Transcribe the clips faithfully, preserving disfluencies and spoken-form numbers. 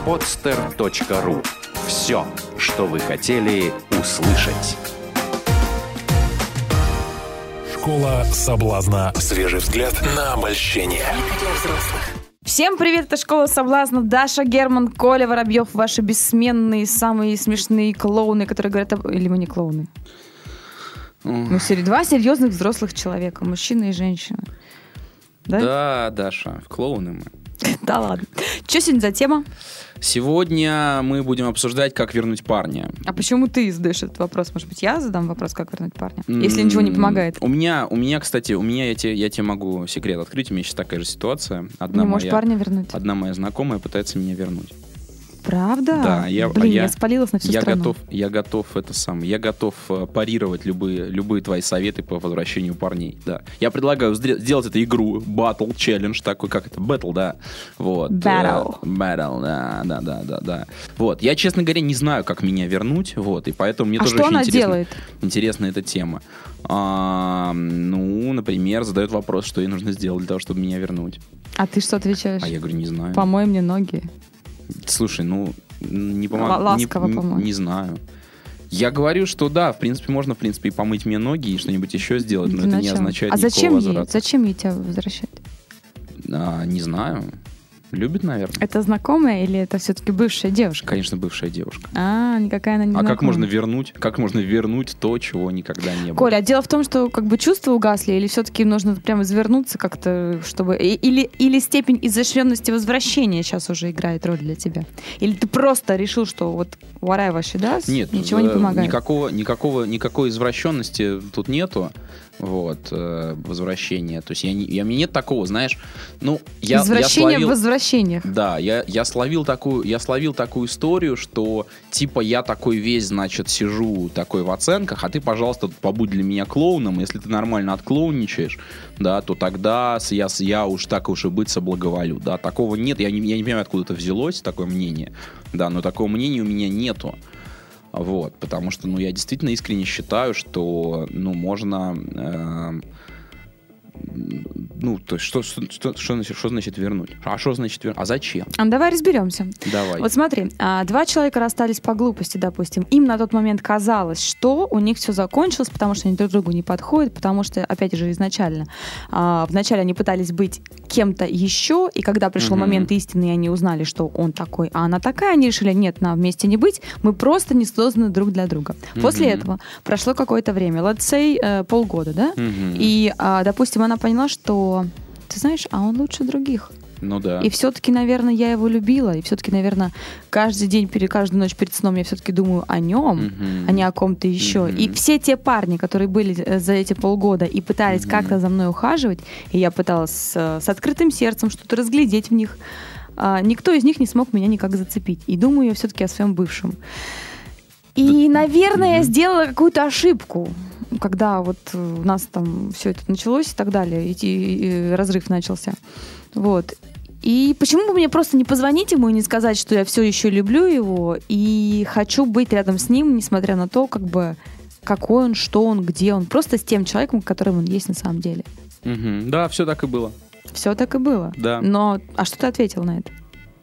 подстер точка ру. Все, что вы хотели услышать. Школа соблазна. Свежий взгляд на обольщение. Всем привет, это Школа соблазна. Даша, Герман, Коля Воробьев, ваши бессменные, самые смешные клоуны, которые говорят... Об... Или мы не клоуны? Ну, два серьезных взрослых человека, мужчина и женщина. Да, да Даша, клоуны мы. Да ладно. Что сегодня за тема? Сегодня мы будем обсуждать, как вернуть парня. А почему ты задаешь этот вопрос? Может быть, я задам вопрос, как вернуть парня? Если ничего не помогает. У меня, у меня, кстати, у меня, я тебе, я тебе могу секрет открыть, у меня сейчас такая же ситуация. Одна не можешь парня вернуть? Одна моя знакомая пытается меня вернуть. Правда? Да, я, Блин, я, я спалилась на всю я страну. Готов, я готов это сам, я готов парировать любые, любые твои советы по возвращению парней. Да. Я предлагаю сделать эту игру, battle, challenge, такой, как это, battle, да. Вот. Battle. Battle, да, да, да, да, да. Вот. Я, честно говоря, не знаю, как меня вернуть, вот, и поэтому мне а тоже что очень она интересна, делает? интересна эта тема. А, ну, например, задает вопрос, что ей нужно сделать для того, чтобы меня вернуть. А ты что отвечаешь? А я говорю, не знаю. Помой мне ноги. Слушай, ну, не помогу. Ласково не, помой. Не знаю. Я говорю, что да, в принципе, можно, в принципе, и помыть мне ноги, и что-нибудь еще сделать, но Для это начала. не означает а никакого зачем возврата. ей? Зачем ей тебя возвращать? А, не знаю. Любит, наверное. Это знакомая или это все-таки бывшая девушка? Конечно, бывшая девушка. А, никакая она не А знакомая. как можно вернуть? Как можно вернуть то, чего никогда не было? Коля, а дело в том, что как бы чувства угасли, или все-таки нужно прямо извернуться как-то, чтобы... Или, или степень изощренности возвращения сейчас уже играет роль для тебя? Или ты просто решил, что вот whatever she does, Нет, ничего не помогает? Никакого, никакого, никакой извращенности тут нету. Вот, э, возвращение. То есть я, не, я, мне нет такого, знаешь, ну, я, Извращение я словил, в возвращениях. Да, я, я, словил такую, я словил такую историю, что типа я такой весь, значит, сижу такой в оценках, а ты, пожалуйста, побудь для меня клоуном. Если ты нормально отклоунничаешь, да, то тогда я, я уж так уж и быть соблаговолю. Да, такого нет, я не, я не понимаю, откуда это взялось, такое мнение. Да, но такого мнения у меня нету. Вот, потому что, ну, я действительно искренне считаю, что, ну, можно, э, ну, то есть, что, что, что, что, значит, что значит вернуть? А что значит вернуть? А зачем? А, давай разберемся. Давай. Вот смотри, а, два человека расстались по глупости, допустим. Им на тот момент казалось, что у них все закончилось, потому что они друг другу не подходят, потому что, опять же, изначально, а, вначале они пытались быть кем-то еще, и когда пришел Угу. момент истины, и они узнали, что он такой, а она такая, они решили, нет, нам вместе не быть, мы просто не созданы друг для друга. Угу. После этого прошло какое-то время, let's say, э, полгода, да? Угу. И, а, допустим, она поняла, что, ты знаешь, а он лучше других. Ну да. И все-таки, наверное, я его любила. И все-таки, наверное, каждый день, перед, каждую ночь перед сном я все-таки думаю о нем, Мгм. а не о ком-то еще. Мгм. И все те парни, которые были э, за эти полгода и пытались Мгм. как-то за мной ухаживать, и я пыталась с, с открытым сердцем что-то разглядеть в них, а, никто из них не смог меня никак зацепить. И думаю я все-таки о своем бывшем. И, наверное, я сделала какую-то ошибку, когда вот у нас там все это началось и так далее, и, и, и разрыв начался. Вот. И почему бы мне просто не позвонить ему и не сказать, что я все еще люблю его и хочу быть рядом с ним, несмотря на то, как бы, какой он, что он, где он. Просто с тем человеком, которым он есть на самом деле. Угу. Да, все так и было. Все так и было. Да. Но, а что ты ответил на это?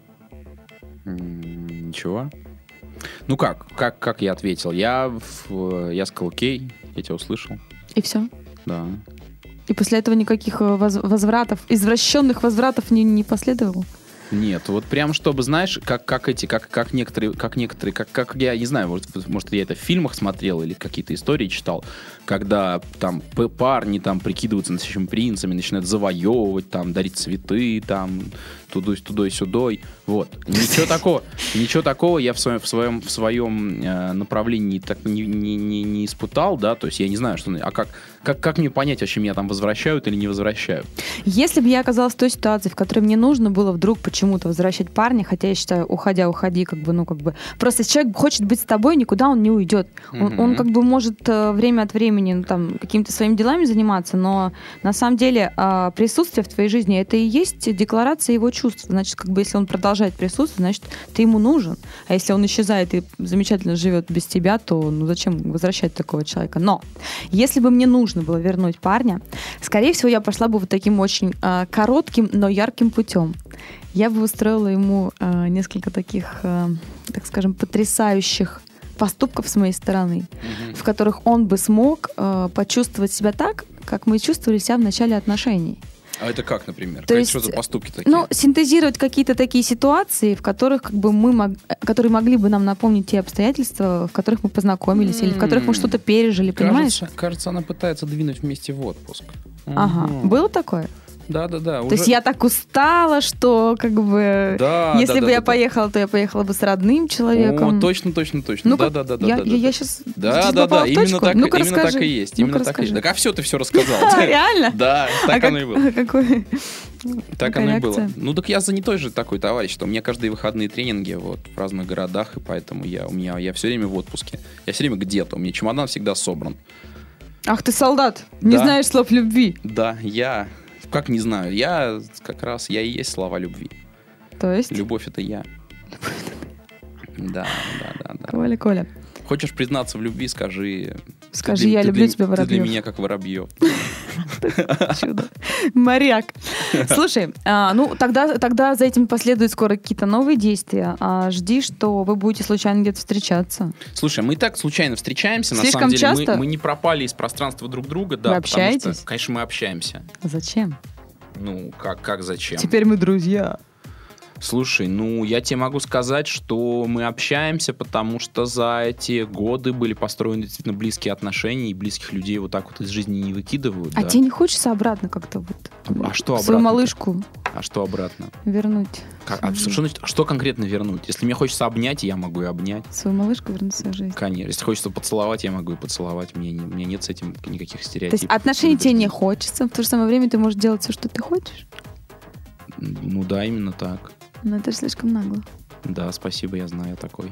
М, Ничего. Ну как, как, как я ответил? Я, в- я сказал, окей, я тебя услышал. И все. Да. И после этого никаких э, воз- возвратов, извращенных возвратов не, не последовало? Нет, вот прям чтобы, знаешь, как, как эти, как, как некоторые, как некоторые, как, как я не знаю, может, может, я это в фильмах смотрел или какие-то истории читал, когда там п- парни там прикидываются настоящими принцами, начинают завоевывать, там, дарить цветы, там, тудой, тудой, сюдой. Вот. Ничего такого, ничего такого я в своем, в своем, в своем э, направлении так не, не, не, не испытал, да, то есть я не знаю, что, а как, как, как мне понять, вообще меня там возвращают или не возвращают? Если бы я оказалась в той ситуации, в которой мне нужно было вдруг почему-то возвращать парня, хотя я считаю, уходя, уходи, как бы, ну, как бы, просто если человек хочет быть с тобой, никуда он не уйдет. Он, Мгм. он как бы может э, время от времени, ну, там, какими-то своими делами заниматься, но на самом деле э, присутствие в твоей жизни — это и есть декларация его чувств. Значит, как бы, если он продолжает присутствовать, значит, ты ему нужен. А если он исчезает и замечательно живет без тебя, то, ну, зачем возвращать такого человека? Но если бы мне нужно было вернуть парня, скорее всего, я пошла бы вот таким очень э, коротким, но ярким путем. Я бы устроила ему э, несколько таких, э, так скажем, потрясающих поступков с моей стороны, Мгм. в которых он бы смог э, почувствовать себя так, как мы чувствовали себя в начале отношений. А это как, например? То Как- есть, что за поступки такие? Ну, синтезировать какие-то такие ситуации, в которых как бы мы мог- которые могли бы нам напомнить те обстоятельства, в которых мы познакомились, или в которых мы М. что-то пережили, понимаешь? кажется, кажется, она пытается двинуть вместе в отпуск. Ага. Мгм. Было такое? Да-да-да. То есть я так устала, что как бы... Да, Если да, бы да, я да, да. поехала, то я поехала бы с родным человеком. О, точно, точно, точно. Ну-ка, да, да, да, я, да, да, я, да. я сейчас Да, да, да, именно так, Ну-ка, именно так расскажи. и есть. Ну-ка, Именно так и есть. расскажи. Так, а все, ты все рассказал. Реально? Да, так А оно как- и было. Какой? Так Какая оно и было. реакция? Ну так я занятой же такой товарищ, что у меня каждые выходные тренинги вот в разных городах, и поэтому я у меня я все время в отпуске. Я все время где-то. У меня чемодан всегда собран. Ах ты солдат, не Да. знаешь слов любви. Да, я как не знаю, я как раз я и есть слова любви. То есть? Любовь это я. Да, да, да, да. Коля, Коля. Хочешь признаться в любви, скажи. Скажи, ты для- я ты люблю для- тебя, Ты для Воробьев. меня как Воробьев. Чудо. Моряк. Слушай, а, ну тогда, тогда за этим последуют скоро какие-то новые действия. А, жди, что вы будете случайно где-то встречаться. Слушай, мы и так случайно встречаемся, на Слишком самом деле. Мы- часто? Мы, не пропали из пространства друг друга, да. Вы потому что, общаетесь? конечно, мы общаемся. Зачем? Ну, как, как зачем? Теперь мы друзья. Слушай, ну, я тебе могу сказать, что мы общаемся, потому что за эти годы были построены действительно близкие отношения, и близких людей вот так вот из жизни не выкидывают. А да. тебе не хочется обратно как-то вот А что свою обратно-то? малышку А что обратно? вернуть? Как- а что, значит- что конкретно вернуть? Если мне хочется обнять, я могу и обнять. Свою малышку вернуть в свою жизнь. Конечно. Если хочется поцеловать, я могу и поцеловать. Мне, не- мне нет с этим никаких То стереотипов. есть отношений тебе не предубеждений. хочется, в то же самое время ты можешь делать все, что ты хочешь. Ну да, именно так. Но это же слишком нагло. Да, спасибо, я знаю такой.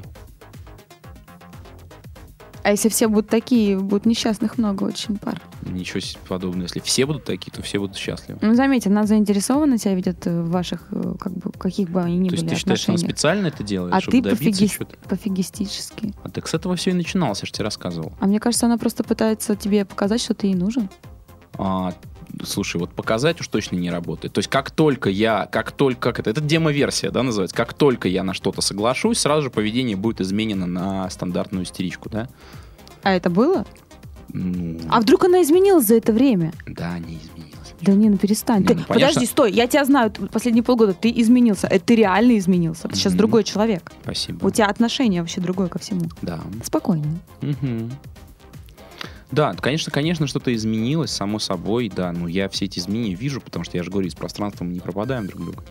А если все будут такие, будет несчастных много очень пар. Ничего себе подобного. Если все будут такие, то все будут счастливы. Ну, заметь, она заинтересована, тебя видят э, в ваших, э, как бы, каких бы они ни То есть были ты считаешь, что она отношениях. специально это делает, А чтобы ты добиться пофигис- чего-то? пофигистически. А так с этого все и начиналось, я же тебе рассказывал. А мне кажется, она просто пытается тебе показать, что ты ей нужен. А, слушай, вот показать уж точно не работает. То есть как только я, как только, как это, это демо-версия, да, называется, как только я на что-то соглашусь, сразу же поведение будет изменено на стандартную истеричку, да? А это было? Ну, А вдруг она изменилась за это время? да, не изменилось. Да не, ну перестань. Не, Ты- ну, понятно. Подожди, стой, я тебя знаю т- последние полгода, ты изменился. Это ты реально изменился. Ты сейчас Мгм. другой человек. Спасибо. У тебя отношение вообще другое ко всему. Да. Спокойно. Мгм. Да, конечно, конечно, что-то изменилось, само собой, да, но я все эти изменения вижу, потому что я же говорю, из пространства мы не пропадаем друг друга.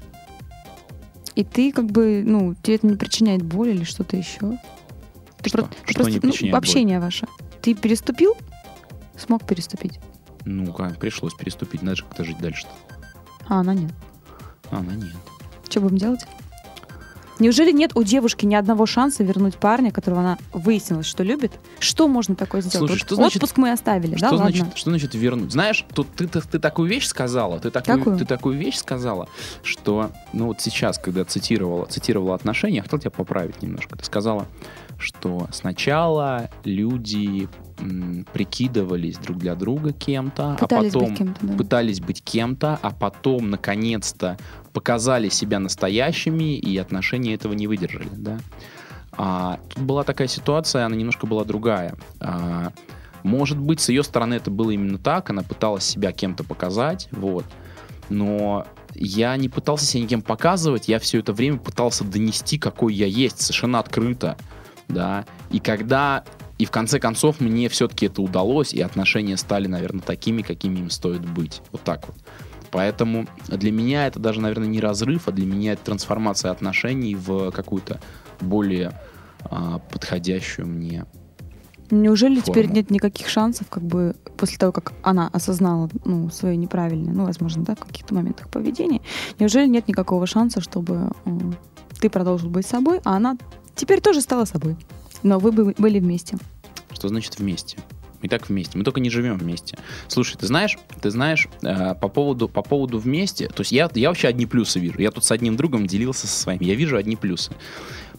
И ты как бы, ну, тебе это не причиняет боль или что-то еще? Ты Что? про- ты Что не ну, причиняет боль? общение ваше. Ты переступил? Смог переступить? Ну, как, пришлось переступить, надо же как-то жить дальше. А она нет. А, она нет. Что будем делать? Неужели нет у девушки ни одного шанса вернуть парня, которого она выяснилась, что любит? Что можно такое сделать? Слушай, Вот что значит- отпуск мы оставили, Что да, значит, ладно. что значит вернуть? Знаешь, тут ты, ты, ты такую вещь сказала, ты такую, Какую? ты такую вещь сказала, что, ну вот сейчас, когда цитировала, цитировала отношения, я хотел тебя поправить немножко. Ты сказала, что сначала люди м, прикидывались друг для друга кем-то, Пытались а потом быть кем-то, да. пытались быть кем-то, а потом наконец-то показали себя настоящими, и отношения этого не выдержали, да. А, тут была такая ситуация, она немножко была другая. А, может быть, с ее стороны это было именно так, она пыталась себя кем-то показать, вот. Но я не пытался себя никем показывать, я все это время пытался донести, какой я есть, совершенно открыто, да. И когда, и в конце концов мне все-таки это удалось, и отношения стали, наверное, такими, какими им стоит быть. Вот так вот. Поэтому для меня это даже, наверное, не разрыв, а для меня это трансформация отношений в какую-то более а, подходящую мне. Неужели форму. теперь нет никаких шансов, как бы, после того, как она осознала, ну, свое неправильное, ну, возможно, да, в каких-то моментах поведения, неужели нет никакого шанса, чтобы м, ты продолжил быть собой, а она теперь тоже стала собой, но вы бы были вместе? Что значит вместе? Мы и так вместе. Мы только не живем вместе. Слушай, ты знаешь, ты знаешь, э, по поводу, по поводу вместе, то есть я, я вообще одни плюсы вижу. Я тут с одним другом делился со своим. Я вижу одни плюсы.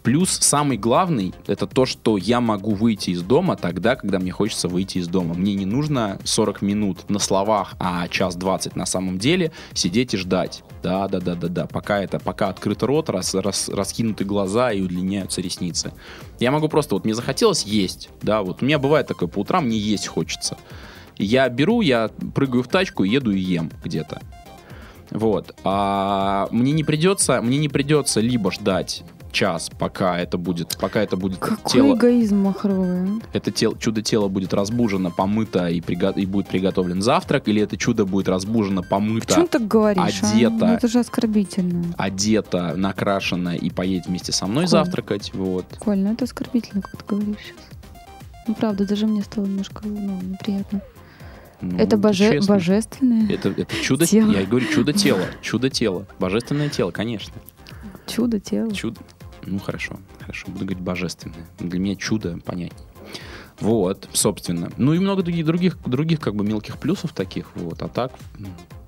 Плюс самый главный — это то, что я могу выйти из дома тогда, когда мне хочется выйти из дома. Мне не нужно сорок минут на словах, а час двадцать на самом деле сидеть и ждать. Да-да-да-да-да. Пока это, пока открыт рот, рас, рас, раскинуты глаза и удлиняются ресницы. Я могу просто, вот мне захотелось есть, да, вот у меня бывает такое, по утрам мне есть хочется. Я беру, я прыгаю в тачку, еду и ем где-то. Вот. А мне не придется, мне не придется либо ждать час, пока это будет, пока это будет Какой тело, эгоизм махровый. это тело, чудо-тело будет разбужено, помыто и, приго- и будет приготовлен завтрак, или это чудо будет разбужено, помыто, Почему ты так говоришь? а? одето. Ну, это же оскорбительно. одето, накрашено и поедет вместе со мной Коль. завтракать. Вот. Коль, ну это оскорбительно, как ты говоришь сейчас. Ну, правда, даже мне стало немножко, ну, неприятно. Ну, это боже... честно. божественное Это, это чудо, тело. я и говорю, чудо-тело, чудо-тело, божественное тело, конечно. чудо тела. Чудо. Ну, хорошо, хорошо, буду говорить божественное. Для меня чудо понятнее. Вот, собственно. Ну и много других, других, других как бы мелких плюсов таких, вот, а так... ну.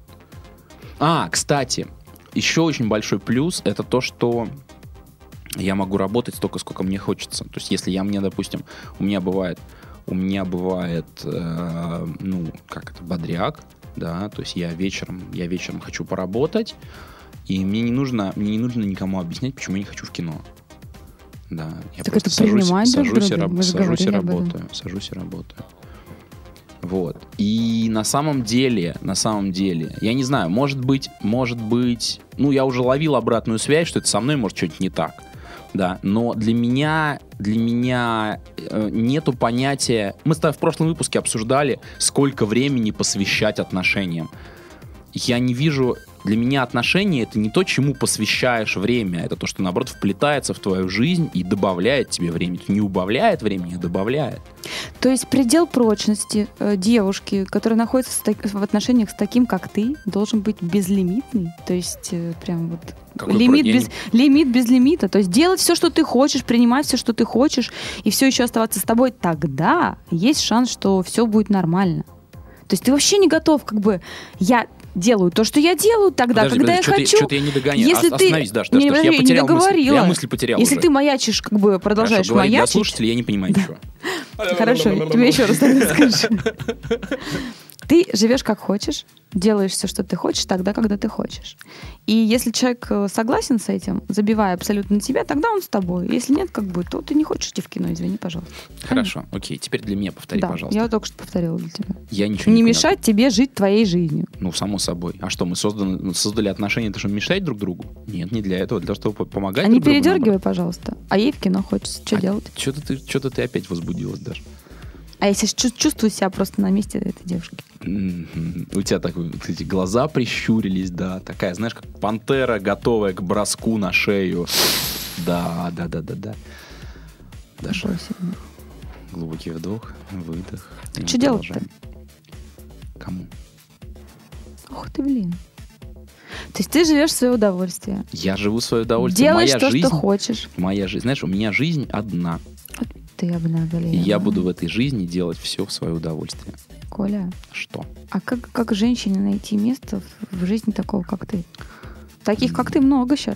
А, кстати, еще очень большой плюс — это то, что я могу работать столько, сколько мне хочется. То есть, если я мне, допустим, у меня бывает, у меня бывает, э, ну, как это, бодряк, да, то есть я вечером, я вечером хочу поработать, и мне не нужно, мне не нужно никому объяснять, почему я не хочу в кино. Да, я Так просто это сажусь, принимать друг сажусь, и, друга, раб- мы же сажусь и говорили об этом. работаю, сажусь и работаю. Вот. И на самом деле, на самом деле, я не знаю, может быть, может быть, ну, я уже ловил обратную связь, что это со мной может что-нибудь не так. Да, но для меня, для меня э, нету понятия... Мы с тобой в прошлом выпуске обсуждали, сколько времени посвящать отношениям. Я не вижу... Для меня отношения — это не то, чему посвящаешь время. Это то, что, наоборот, вплетается в твою жизнь и добавляет тебе времени. Это не убавляет времени, а добавляет. То есть предел прочности э, девушки, которая находится с так- в отношениях с таким, как ты, должен быть безлимитный. То есть э, прям вот Какой лимит про- я без, лимит без лимита. То есть делать все, что ты хочешь, принимать все, что ты хочешь, и все еще оставаться с тобой. Тогда есть шанс, что все будет нормально. То есть ты вообще не готов, как бы, я делаю то, что я делаю тогда, Подожди, когда подожди, я что-то хочу. что-то я не догоняю. Если Ос- ты... Остановись, Даш, Не, Даш, Даш, подожди, я я потерял не мысль. договорила. Я мысли потерял Если уже. ты маячишь, как бы продолжаешь Хорошо, говори для маячить. слушателей, я не понимаю ничего. Хорошо, тебе еще раз тогда скажу. Ты живешь как хочешь, делаешь все, что ты хочешь, тогда, когда ты хочешь. И если человек э, согласен с этим, забивая абсолютно на тебя, тогда он с тобой. Если нет, как бы, то ты не хочешь идти в кино, извини, пожалуйста. Хорошо, окей, теперь для меня повтори, Да, пожалуйста. я только что повторила для тебя. Я ничего Не не мешать тебе жить твоей жизнью. понимаю. Ну, само собой. А что, мы созданы, создали отношения, это чтобы мешать друг другу? Нет, не для этого, для того, чтобы помогать А не друг другу. передергивай, пожалуйста. А ей в кино хочется. Что А делать? Что-то ты, что-то ты опять возбудилась даже. А я сейчас чу- чувствую себя просто на месте этой девушки. М-м-м. У тебя так вот эти глаза прищурились, да, такая, знаешь, как пантера, готовая к броску на шею. Да, да, да, да, да. Даша, Бросили меня. глубокий вдох, выдох. И Что мы делать-то? продолжаем. Кому? Ох ты, блин. То есть ты живешь в свое удовольствие. Я живу в свое удовольствие. Делаешь Моя то, жизнь, что хочешь. моя жизнь, знаешь, у меня жизнь одна. Ты обнаглела. И я буду в этой жизни делать все в свое удовольствие. Коля, Что? а как, как женщине найти место в, в жизни такого, как ты? Таких, как ты, много сейчас.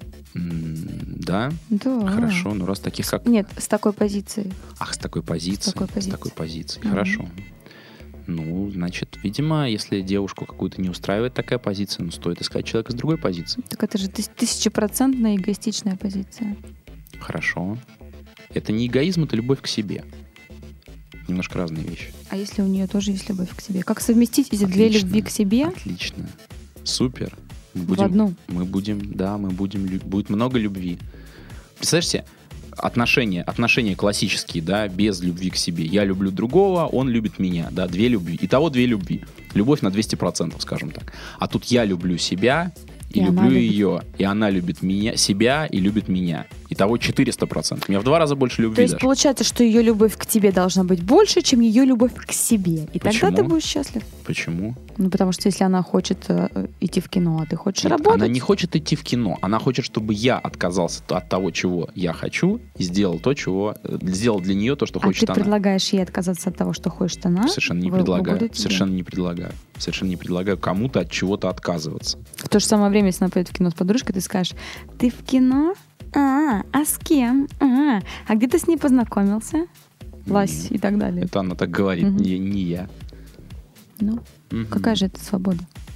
М, Да? Да. Хорошо. Ну, раз таких, как... Нет, с такой позиции. Ах, с такой позиции. С такой позиции. С такой позиции. Мгм. Хорошо. Ну, значит, видимо, если девушку какую-то не устраивает такая позиция, ну, стоит искать человека с другой позиции. Так это же тыс- тысячепроцентная эгоистичная позиция. Хорошо. Это не эгоизм, это любовь к себе. Немножко разные вещи. А если у нее тоже есть любовь к себе? Как совместить эти две Отлично. любви к себе Отлично. Супер. Мы в будем, одну? Мы будем, да, мы будем, лю- будет много любви. Представляешь себе, отношения, отношения классические, да, без любви к себе. Я люблю другого, он любит меня, да, две любви. Итого две любви. Любовь на двести процентов, скажем так. А тут я люблю себя и, И она люблю любит- ее, и она любит меня, себя и любит меня. Итого четыреста процентов. У меня в два раза больше любви То есть даже. получается, что ее любовь к тебе должна быть больше, чем ее любовь к себе. И Почему? тогда ты будешь счастлив. Почему? Ну, потому что если она хочет э, идти в кино, а ты хочешь Нет, работать, она не хочет идти в кино. Она хочет, чтобы я отказался от того, чего я хочу, и сделал то, чего... э, Сделал для нее то, что а хочет ты она. предлагаешь ей отказаться от того, что хочет она. Совершенно не в- в предлагаю. угоду тебе. Совершенно не предлагаю. Совершенно не предлагаю кому-то от чего-то отказываться. В то же самое время, если она пойдет в кино с подружкой, ты скажешь, ты в кино? А, а с кем? А, а где ты с ней познакомился? Лась и так далее. Это она так говорит, Мгм. не, не я. Ну, Мгм. какая же это свобода?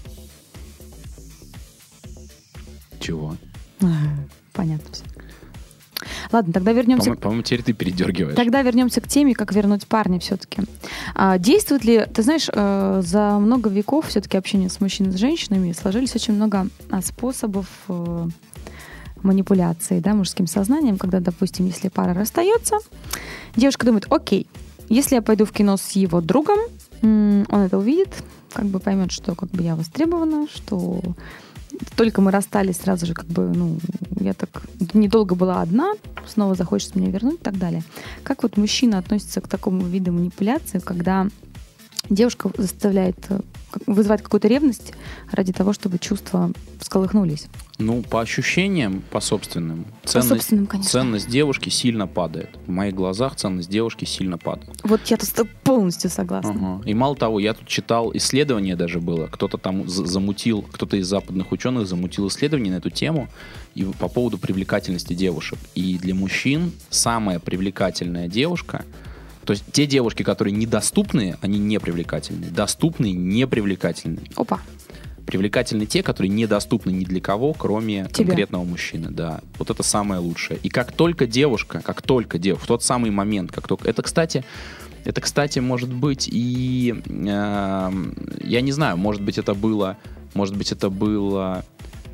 Чего? Понятно всё. Ладно, тогда вернемся. По-мо- По-моему, теперь ты передергиваешь. Тогда вернемся к теме, как вернуть парня все-таки. А, действует ли, ты знаешь, э, за много веков все-таки общения с мужчинами и с женщинами сложились очень много а, способов э, манипуляции, да, мужским сознанием, когда, допустим, если пара расстается, девушка думает, окей, если я пойду в кино с его другом, м, он это увидит, как бы поймет, что как бы я востребована, что только мы расстались, сразу же как бы, ну, я так недолго была одна, снова захочется меня вернуть и так далее. Как вот мужчина относится к такому виду манипуляции, когда девушка заставляет, э, как- вызывает какую-то ревность ради того, чтобы чувства всколыхнулись? Ну, по ощущениям, по собственным, По ценность, собственным, конечно. ценность девушки сильно падает. В моих глазах ценность девушки сильно падает. Вот я тут с тобой полностью согласна. Ага. И мало того, я тут читал, исследование даже было, кто-то там за- замутил, кто-то из западных ученых замутил исследование на эту тему и по поводу привлекательности девушек. И для мужчин самая привлекательная девушка, то есть те девушки, которые недоступные, они не привлекательные. Доступные, не привлекательные. Опа. Привлекательны те, которые недоступны ни для кого, кроме Тебе. конкретного мужчины. Да, вот это самое лучшее. И как только девушка, как только девушка, в тот самый момент, как только... Это, кстати, это, кстати, может быть и... э, я не знаю, может быть, это было... Может быть, это было...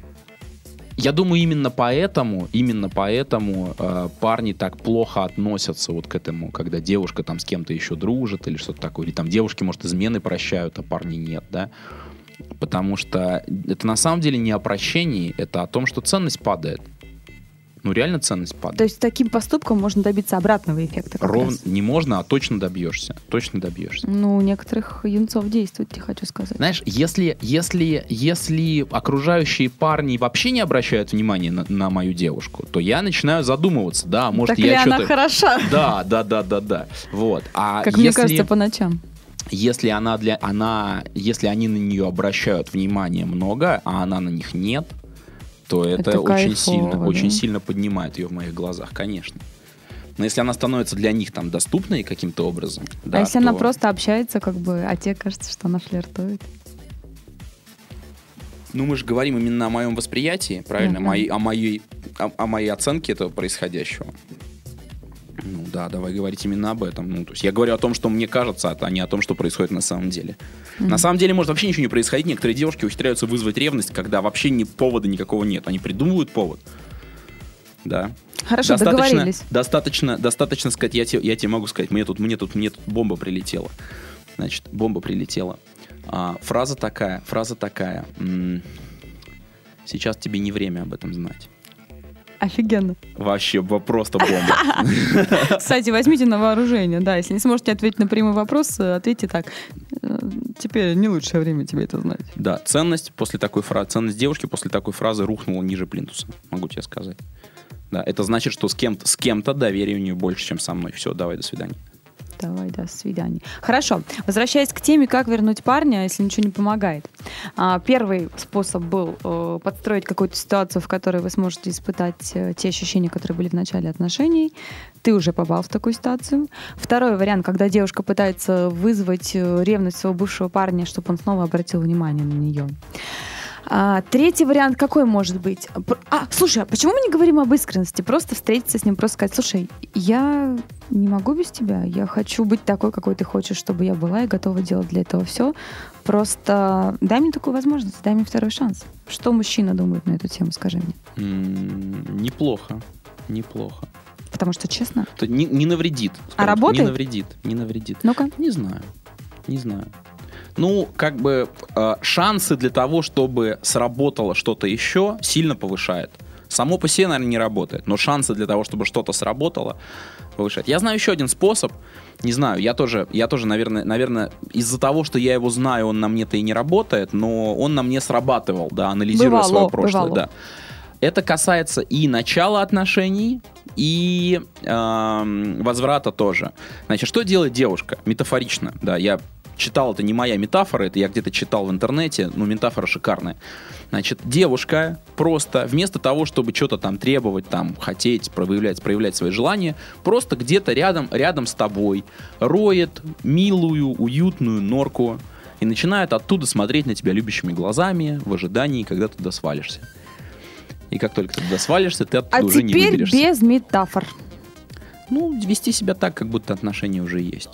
Я думаю, именно поэтому, именно поэтому э, парни так плохо относятся вот к этому, когда девушка там с кем-то еще дружит или что-то такое. Или там девушки, может, измены прощают, а парни нет, да? Потому что это на самом деле не о прощении, это о том, что ценность падает. Ну, реально ценность падает. То есть таким поступком можно добиться обратного эффекта. как Ровно раз. не можно, а точно добьешься. Точно добьешься. Ну, у некоторых юнцов действует, я хочу сказать. Знаешь, если, если, если окружающие парни вообще не обращают внимания на, на мою девушку, то я начинаю задумываться, да, может, так ли я она что-то... хороша? Да, да, да, да, да. Вот. А Как если... мне кажется, по ночам. Если она для она, если они на нее обращают внимание много, а она на них нет, то это, Это очень кайфово, сильно, да? очень сильно поднимает ее в моих глазах, конечно. Но если она становится для них там доступной каким-то образом, А да, если она то- просто общается, как бы, а тебе кажется, что она флиртует? Ну, мы же говорим именно о моем восприятии, правильно? Да, Моей- о, моей, о, о моей оценке этого происходящего. Ну да, давай говорить именно об этом. Ну, то есть я говорю о том, что мне кажется, а не о том, что происходит на самом деле. На самом деле может вообще ничего не происходить. Некоторые девушки ухитряются вызвать ревность, когда вообще ни повода никакого нет. Они придумывают повод. Да. Хорошо, договорились. Достаточно, достаточно сказать, я тебе, я тебе могу сказать, мне тут, мне тут, мне тут бомба прилетела. Значит, бомба прилетела. А, фраза такая, фраза такая. м, Сейчас тебе не время об этом знать. Офигенно. Вообще, бо- просто бомба. Кстати, возьмите на вооружение, да. Если не сможете ответить на прямой вопрос, э, ответьте так. Э, Теперь не лучшее время тебе это знать. Да, ценность после такой фразы, ценность девушки после такой фразы рухнула ниже плинтуса, могу тебе сказать. Да, это значит, что с кем-то, с кем-то доверие у нее больше, чем со мной. Все, давай, до свидания. Давай, до свидания. Хорошо. Возвращаясь к теме, как вернуть парня, если ничего не помогает. А, Первый способ был э, подстроить какую-то ситуацию, в которой вы сможете испытать э, те ощущения, которые были в начале отношений. Ты уже попал в такую ситуацию. Второй вариант, когда девушка пытается вызвать э, ревность своего бывшего парня, чтобы он снова обратил внимание на нее. А, третий вариант какой может быть? Пр- А, слушай, а почему мы не говорим об искренности? Просто встретиться с ним, просто сказать, слушай, я не могу без тебя, я хочу быть такой, какой ты хочешь, чтобы я была, и готова делать для этого все. Просто дай мне такую возможность, дай мне второй шанс. Что мужчина думает на эту тему, скажи мне. М, Неплохо, неплохо. Потому что, честно, То не, не навредит. скажем так, работает? Не навредит, не навредит. ну-ка. Не знаю, не знаю. Ну, как бы э, шансы для того, чтобы сработало что-то еще, сильно повышает. Само по себе, наверное, не работает, но шансы для того, чтобы что-то сработало, повышает. Я знаю еще один способ. Не знаю, я тоже, я тоже, наверное, наверное, из-за того, что я его знаю, он на мне-то и не работает, но он на мне срабатывал, да, анализируя Бывало, свое прошлое, бывало. да. Это касается и начала отношений, и эм, возврата тоже. Значит, что делает девушка? Метафорично, да, я читал, это не моя метафора, это я где-то читал в интернете, но метафора шикарная. Значит, девушка просто вместо того, чтобы что-то там требовать, там, хотеть, проявлять, проявлять свои желания, просто где-то рядом, рядом с тобой роет милую, уютную норку и начинает оттуда смотреть на тебя любящими глазами в ожидании, когда ты туда свалишься. И как только ты туда свалишься, ты оттуда А уже не теперь выберешься. без метафор. Ну, вести себя так, как будто отношения уже есть.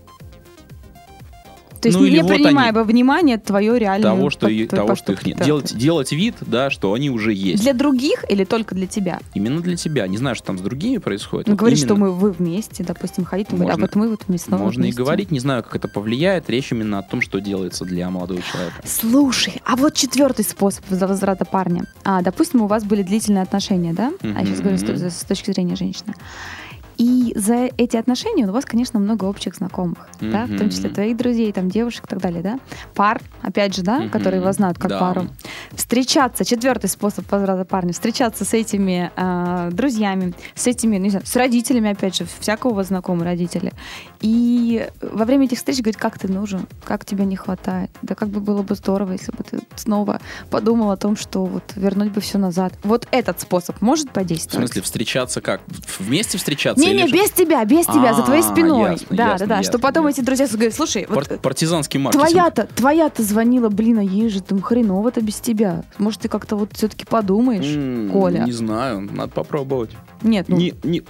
То есть Ну, или не вот принимая они. во внимание твое реальное Того, что, и- по- того, что их поступки. нет. Да. Делать, делать вид, да, что они уже есть. Для других или только для тебя? Именно для тебя. Не знаю, что там с другими происходит. Ну, Вот говоришь, именно. что мы, вы вместе, допустим, ходите, а Можно. вот мы вот мы снова Можно вместе. и говорить, не знаю, как это повлияет. Речь именно о том, что делается для молодого человека. Слушай, а вот четвертый способ возврата парня. А, допустим, у вас были длительные отношения, да? А я сейчас говорю с, Мгм. с- с точки зрения женщины. И за эти отношения у вас, конечно, много общих знакомых, да, в том числе Мгм. твоих друзей, там, девушек и так далее, да? Пар, опять же, да, Мгм. которые вас знают как Да. пару. Встречаться, четвертый способ возврата парня, встречаться с этими а, друзьями, с этими, ну, не знаю, с родителями, опять же, всякого у вас знакомые родители. И во время этих встреч говорить, как ты нужен, как тебе не хватает. Да как бы было бы здорово, если бы ты снова подумал о том, что вот вернуть бы все назад. Вот этот способ может В подействовать? смысле, встречаться как? Вместе встречаться? Не-не, или же- без тебя, без тебя, за твоей А, спиной. ясно, да, ясно, да, да. ясно, Что потом ясно. эти друзья говорят, слушай, вот Пар- партизанский маркетинг. твоя-то, твоя-то звонила, блин, а ей же там хреново-то без тебя. Может, ты как-то вот все-таки подумаешь, М, Коля? Не знаю, надо попробовать. Нет, ну, Не, не,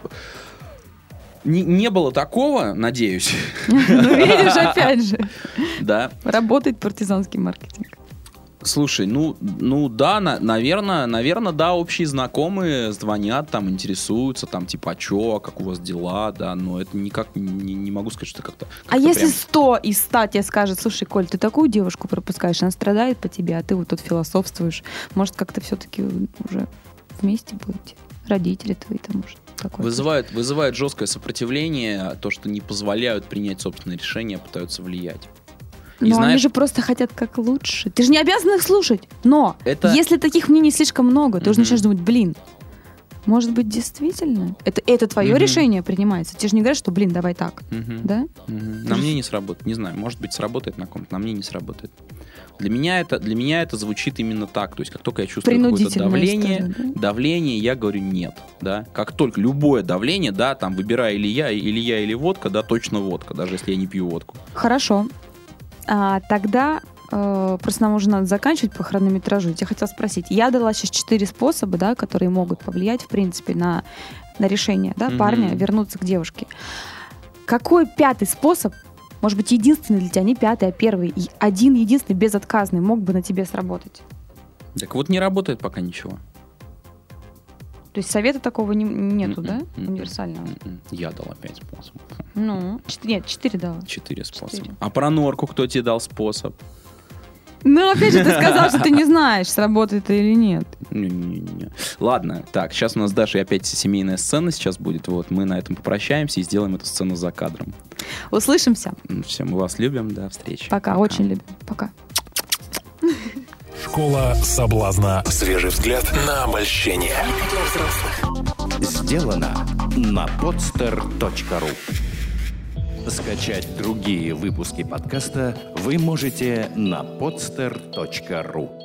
не, не было такого, надеюсь. ну, видишь, опять же, Да. работает партизанский маркетинг. Слушай, ну, ну да, на, наверное, наверное, да, общие знакомые звонят, там, интересуются, там, типа, а чё, а как у вас дела, да, но это никак не, не могу сказать, что как-то... А как-то если прям- сто из ста тебе скажет, слушай, Коль, ты такую девушку пропускаешь, она страдает по тебе, а ты вот тут философствуешь, может, как-то все-таки уже вместе будете? Родители твои там, может, такое. Вызывает, вызывает жесткое сопротивление, то, что не позволяют принять собственные решения, пытаются влиять. И Но они знаешь- же просто хотят как лучше. Ты же не обязан их слушать. Но Это- если таких мнений слишком много, ты уже Мгм. начинаешь думать, блин, может быть, действительно? Это, это твое Мгм. решение принимается. Тебе же не говорят, что, блин, давай так. Мгм. Да? Мгм. На мне не сработает. Не знаю, может быть, сработает на ком-то, на мне не сработает. Для меня это, для меня это звучит именно так. То есть, как только я чувствую какое-то Принудительная давление, история, да? давление, я говорю нет. Да? Как только любое давление, да, там, выбирай или я, или я, или водка, да, точно водка, даже если я не пью водку. Хорошо. А, тогда э, просто нам уже надо заканчивать по хронометражу. Я хотела спросить. Я дала сейчас четыре способа, да, которые могут повлиять, в принципе, на, на решение, да, Мгм. парня вернуться к девушке. Какой пятый способ, может быть, единственный для тебя, не пятый, а первый, и один единственный, безотказный, мог бы на тебе сработать? Так вот не работает пока ничего. То есть совета такого не- нету, М-м, да, м-м, универсального? м-м. Я дал опять способ. Ну, чет- нет, четыре дала. Четыре способа. Четыре. А про норку кто тебе дал способ? Ну, опять же, ты сказал, что ты не знаешь, сработает это или нет. Не-не-не. Ладно, так, сейчас у нас даже опять семейная сцена сейчас будет. Вот, мы на этом попрощаемся и сделаем эту сцену за кадром. Услышимся. Все, мы вас любим, до встречи. Пока, очень любим. Пока. Школа соблазна. Свежий взгляд на обольщение. Сделано на podster точка ру. Скачать другие выпуски подкаста вы можете на podster точка ру.